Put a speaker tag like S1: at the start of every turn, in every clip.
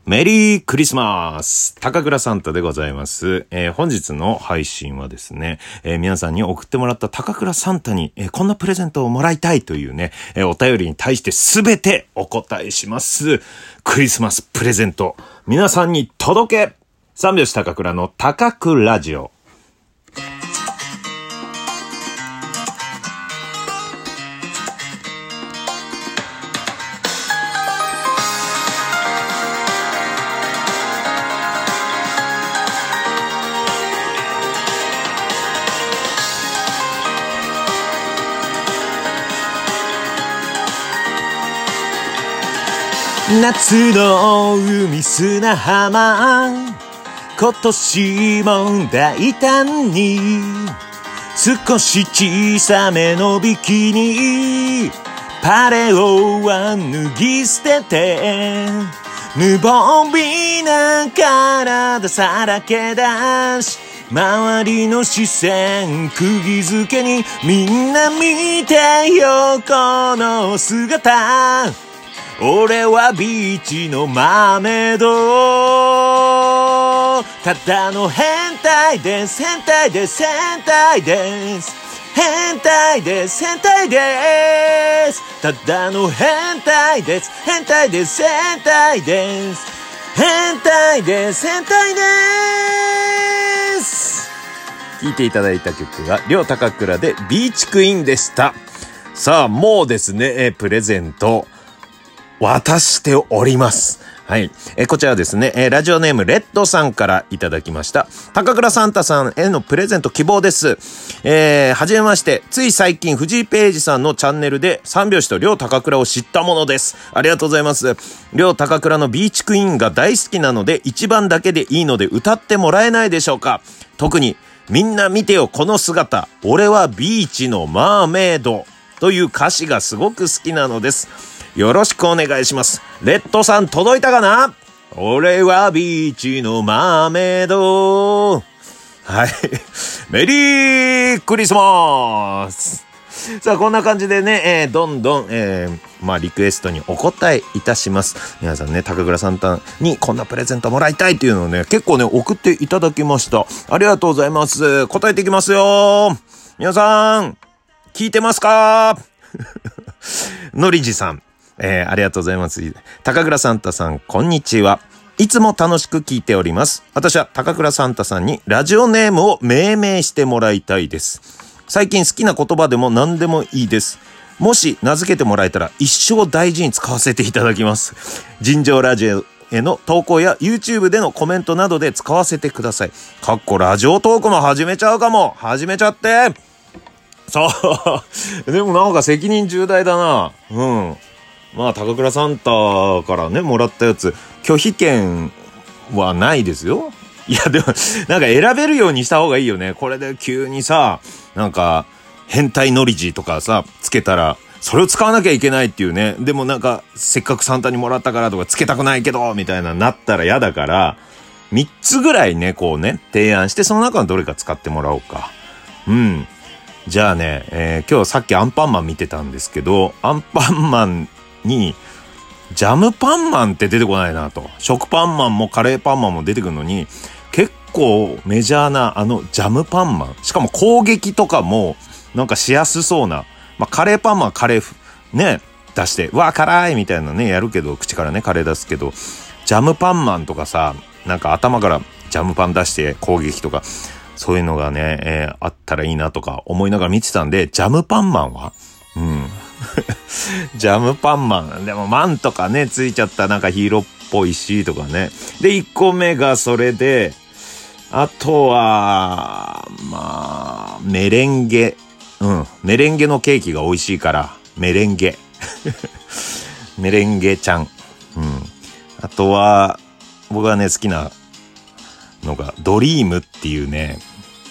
S1: メリークリスマス高倉サンタでございます。本日の配信はですね、皆さんに送ってもらった高倉サンタに、こんなプレゼントをもらいたいというね、お便りに対してすべてお答えします。クリスマスプレゼント、皆さんに届け三拍子高倉の高倉ラジオ。夏の海砂浜、今年も大胆に少し小さめのビキニ、パレオは脱ぎ捨てて無防備な体さらけ出し、周りの視線釘付けに、みんな見てよこの姿、俺はビーチのマーメイド、ただの変態です、変態です、変態です、変態です、変態です、ただの変態です、変態です、変態です、変態です、変態です。聴いていただいた曲が両高倉でビーチクイーンでした。さあ、もうですね、プレゼント渡しております。はい。こちらはですね、ラジオネームレッドさんからいただきました。高倉サンタさんへのプレゼント希望です。はじめまして。つい最近藤井ページさんのチャンネルで三拍子と両高倉を知ったものです。ありがとうございます。両高倉のビーチクイーンが大好きなので、一番だけでいいので歌ってもらえないでしょうか。特に、みんな見てよこの姿。俺はビーチのマーメイドという歌詞がすごく好きなのです。よろしくお願いします。レッドさん届いたかな？俺はビーチのマーメイド。はい。メリークリスマス。さあ、こんな感じでね、どんどん、リクエストにお答えいたします。皆さんね、高倉サンタにこんなプレゼントもらいたいっていうのをね、結構ね、送っていただきました。ありがとうございます。答えていきますよ。皆さん、聞いてますか？のりじさん。ありがとうございます。高倉サンタさん、こんにちは。いつも楽しく聞いております。私は高倉サンタさんにラジオネームを命名してもらいたいです。最近好きな言葉でも何でもいいです。もし名付けてもらえたら一生大事に使わせていただきます。尋常ラジオへの投稿や YouTube でのコメントなどで使わせてください。ラジオトークも始めちゃうかも。始めちゃって。さあ、でもなんか責任重大だな。うん。まあ、高倉サンタからね、もらったやつ、拒否権はないですよ。いや、でも、なんか選べるようにした方がいいよね。これで急にさ、なんか、変態ノリジとかさ、つけたら、それを使わなきゃいけないっていうね。でもなんか、せっかくサンタにもらったからとか、つけたくないけど、みたいななったら嫌だから、3つぐらいね、こうね、提案して、その中のどれか使ってもらおうか。うん。じゃあね、今日さっきアンパンマン見てたんですけど、アンパンマンにジャムパンマンって出てこないなと。食パンマンもカレーパンマンも出てくるのに、結構メジャーなジャムパンマン、しかも攻撃とかもなんかしやすそうな、カレーパンマンはカレーね出して、うわ辛いみたいなねやるけど、口からねカレー出すけど、ジャムパンマンとかさ、なんか頭からジャムパン出して攻撃とか、そういうのがね、あったらいいなとか思いながら見てたんで、ジャムパンマンはジャムパンマン。でもマンとかね、ついちゃったなんかヒーローっぽいしとかね。で、1個目がそれで、あとは、メレンゲ。メレンゲのケーキが美味しいから、メレンゲ。メレンゲちゃん。あとは、僕がね、好きなのが、ドリームっていうね、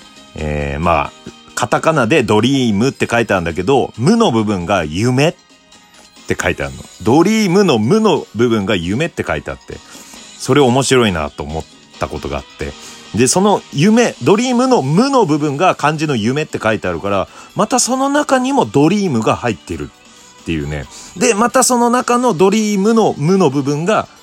S1: カタカナでドリームって書いてあるんだけど、無の部分が夢って書いてあるの。ドリームの無の部分が夢って書いてあって、それ面白いなと思ったことがあって。で、その夢、ドリームの無の部分が漢字の夢って書いてあるから、またその中にもドリームが入ってるっていうね。で、またその中のドリームの無の部分が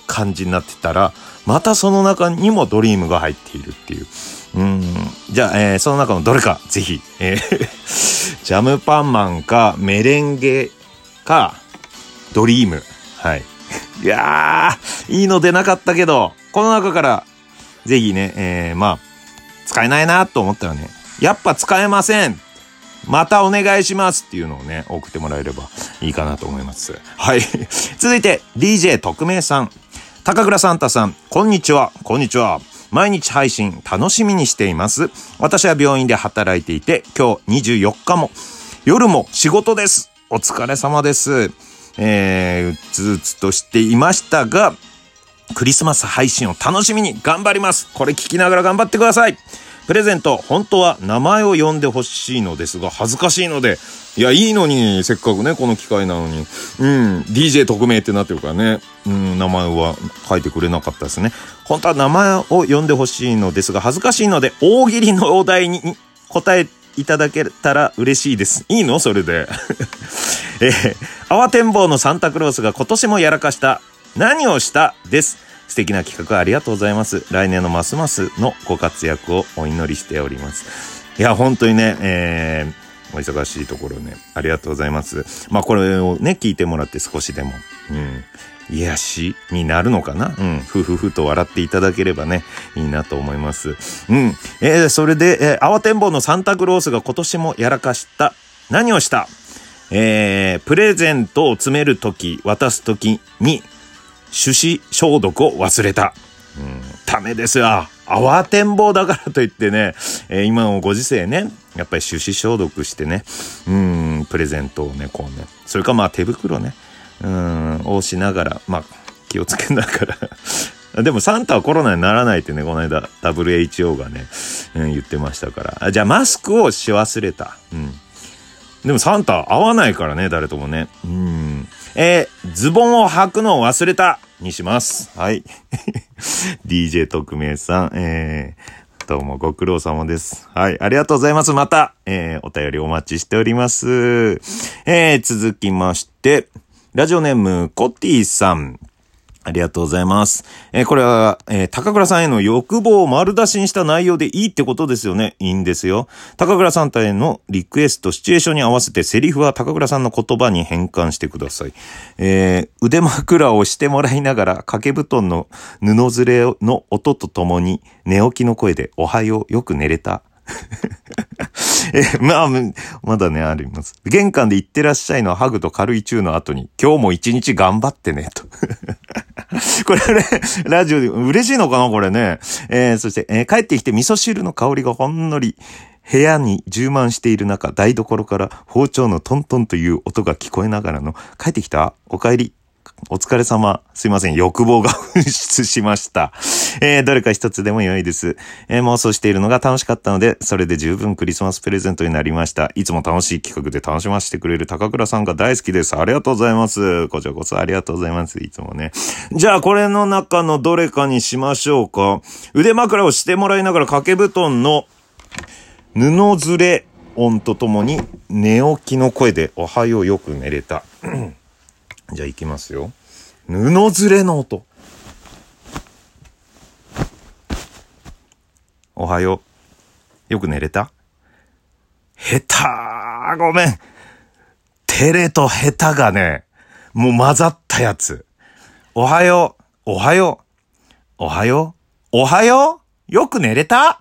S1: 感じになってたら、またその中にもドリームが入っているっていう。じゃあ、その中のどれか、ぜひ、ジャムパンマンか、メレンゲか、ドリーム。はい。いやー、いいの出なかったけど、この中から、ぜひね、使えないなと思ったらね、やっぱ使えません。またお願いしますっていうのをね、送ってもらえればいいかなと思います。はい。続いて、DJ 特命さん。高倉サンタさん、こんにちは。こんにちは。毎日配信楽しみにしています。私は病院で働いていて、今日24日も夜も仕事です。お疲れ様です。うつうつとしていましたが、クリスマス配信を楽しみに頑張ります。これ聞きながら頑張ってください。プレゼント、本当は名前を呼んでほしいのですが、恥ずかしいので、いや、いいのに、せっかくね、この機会なのに。DJ 特命ってなってるからね。名前は書いてくれなかったですね。本当は名前を呼んでほしいのですが、恥ずかしいので、大喜利のお題に答えいただけたら嬉しいです。いいの？それで。慌てんぼうのサンタクロースが今年もやらかした。何をしたです。素敵な企画ありがとうございます。来年のますますのご活躍をお祈りしております。いや、本当にね、お忙しいところね、ありがとうございます。これをね、聞いてもらって少しでも、癒しになるのかな。ふふふと笑っていただければね、いいなと思います。それで、慌てんぼうのサンタクロースが今年もやらかした。何をした？プレゼントを詰めるとき、渡すときに、手指消毒を忘れた。ダメですよ。慌てんぼうだからといってね、今のご時世ね、やっぱり手指消毒してね、プレゼントをね、こうね、それか手袋ね、をしながら、気をつけながら。でもサンタはコロナにならないってね、この間 WHO がね、言ってましたから。じゃあマスクをし忘れた。でもサンタ合わないからね、誰ともね。ズボンを履くのを忘れたにします。はい。DJ 特命さん、どうもご苦労様です。はい、ありがとうございます。また、お便りお待ちしております。続きまして、ラジオネーム、コッティさん。ありがとうございます。これは、高倉さんへの欲望を丸出しにした内容でいいってことですよね。いいんですよ。高倉サンタへのリクエスト、シチュエーションに合わせてセリフは高倉さんの言葉に変換してください。腕枕をしてもらいながら掛け布団の布ずれの音とともに寝起きの声でおはよう、よく寝れたまだね、あります。玄関で行ってらっしゃいのハグと軽いチューの後に、今日も一日頑張ってね、と。これね、ラジオで嬉しいのかなこれね。そして、帰ってきて味噌汁の香りがほんのり部屋に充満している中、台所から包丁のトントンという音が聞こえながらの、帰ってきた？お帰り。お疲れ様。すいません。欲望が噴出しました。どれか一つでも良いです。妄想しているのが楽しかったので、それで十分クリスマスプレゼントになりました。いつも楽しい企画で楽しませてくれる高倉さんが大好きです。ありがとうございます。こちらこそありがとうございます。いつもね。じゃあ、これの中のどれかにしましょうか。腕枕をしてもらいながら掛け布団の布ずれ音とともに寝起きの声でおはよう、よく寝れた。じゃあ行きますよ。布ずれの音。おはよう。よく寝れた？下手ごめん。テレと下手がね、もう混ざったやつ。おはよう。おはよう。おはよう。おはよう。よく寝れた？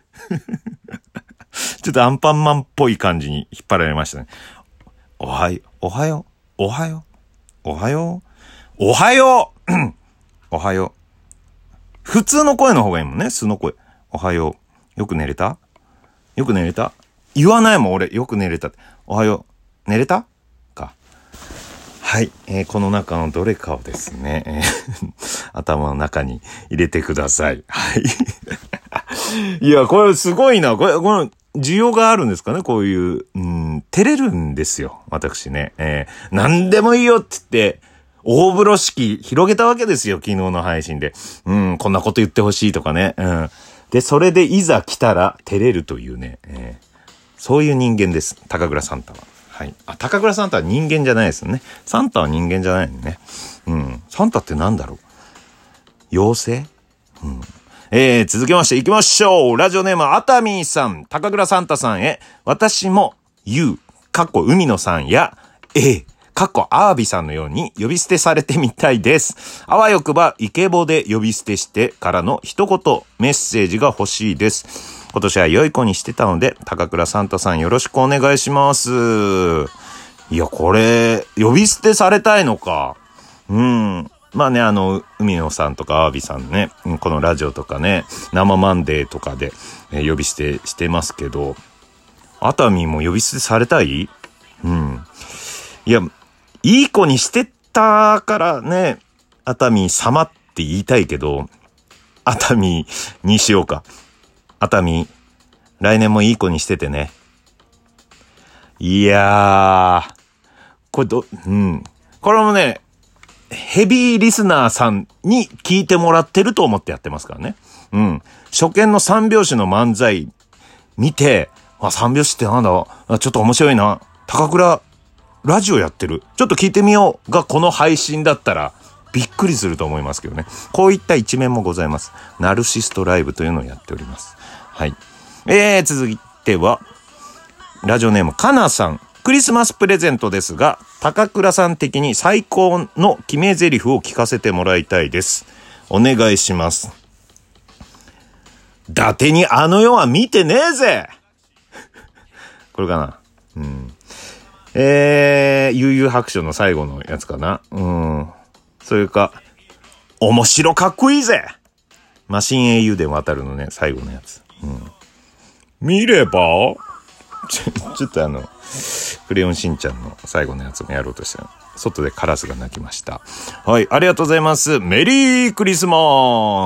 S1: ちょっとアンパンマンっぽい感じに引っ張られましたね。おはよう。おはよう。おはよう。おはよう。おはよう。おはよう。普通の声の方がいいもんね。素の声。おはよう。よく寝れた？よく寝れた？言わないもん、俺。よく寝れた。おはよう。寝れた？か。はい。この中のどれかをですね、頭の中に入れてください。はい。いや、これすごいな。この需要があるんですかね、こういう。照れるんですよ、私ね。何でもいいよって言って、大風呂敷広げたわけですよ、昨日の配信で。こんなこと言ってほしいとかね。で、それでいざ来たら照れるというね。そういう人間です、高倉サンタは。はい。高倉サンタは人間じゃないですよね。サンタは人間じゃないのね。サンタってなんだろう。 妖精？続きまして行きましょう。ラジオネーム、熱海さん、高倉サンタさんへ、私も、海野さんや、アワビさんのように呼び捨てされてみたいです。あわよくば、イケボで呼び捨てしてからの一言、メッセージが欲しいです。今年は良い子にしてたので、高倉サンタさんよろしくお願いします。いや、これ、呼び捨てされたいのか。まあね、海野さんとかアワビさんね、このラジオとかね、生マンデーとかで、呼び捨てしてますけど、熱海も呼び捨てされたい？いや、いい子にしてたからね、熱海様って言いたいけど、熱海にしようか。熱海、来年もいい子にしててね。いやー、これこれもね、ヘビーリスナーさんに聞いてもらってると思ってやってますからね。初見の三拍子の漫才見て、三拍子ってなんだ？ちょっと面白いな。高倉、ラジオやってる。ちょっと聞いてみようが、この配信だったら、びっくりすると思いますけどね。こういった一面もございます。ナルシストライブというのをやっております。はい。続いては、ラジオネーム、かなさん。クリスマスプレゼントですが、高倉さん的に最高の決め台詞を聞かせてもらいたいです。お願いします。伊達にあの世は見てねえぜこれかな。悠々白書の最後のやつかな。それか、面白かっこいいぜマシン英雄伝渡るのね、最後のやつ。見ればちょっとクレヨンしんちゃんの最後のやつもやろうとしたら、外でカラスが鳴きました。はい、ありがとうございます。メリークリスマス